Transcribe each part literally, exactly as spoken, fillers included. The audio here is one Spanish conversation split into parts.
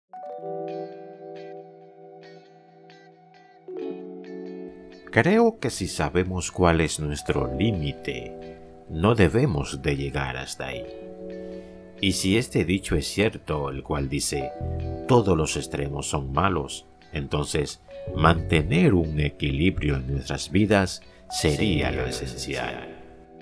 Creo que si sabemos cuál es nuestro límite, no debemos de llegar hasta ahí. Y si este dicho es cierto, el cual dice, todos los extremos son malos, entonces mantener un equilibrio en nuestras vidas sería lo esencial.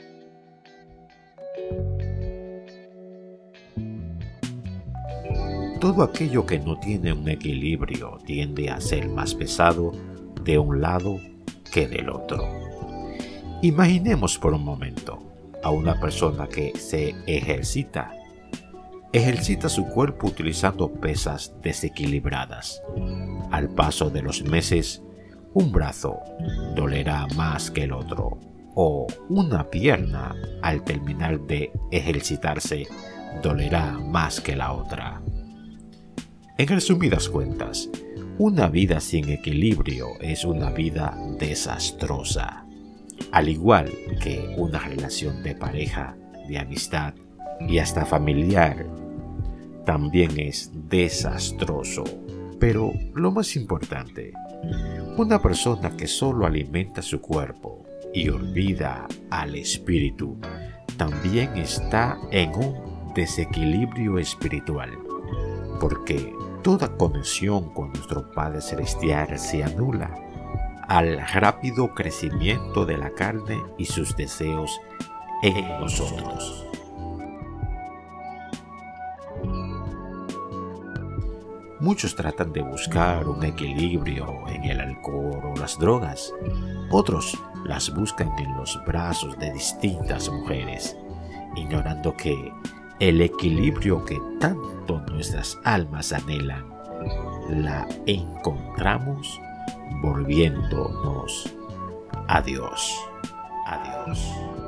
Todo aquello que no tiene un equilibrio tiende a ser más pesado de un lado que del otro. Imaginemos por un momento a una persona que se ejercita. Ejercita su cuerpo utilizando pesas desequilibradas. Al paso de los meses, un brazo dolerá más que el otro, o una pierna al terminar de ejercitarse dolerá más que la otra. En resumidas cuentas, una vida sin equilibrio es una vida desastrosa, al igual que una relación de pareja, de amistad y hasta familiar, también es desastroso. Pero lo más importante, una persona que solo alimenta su cuerpo y olvida al espíritu, también está en un desequilibrio espiritual, porque toda conexión con nuestro Padre Celestial se anula al rápido crecimiento de la carne y sus deseos en nosotros. Muchos tratan de buscar un equilibrio en el alcohol o las drogas. Otros las buscan en los brazos de distintas mujeres, ignorando que el equilibrio que tanto nuestras almas anhelan, la encontramos volviéndonos a Dios. A Dios.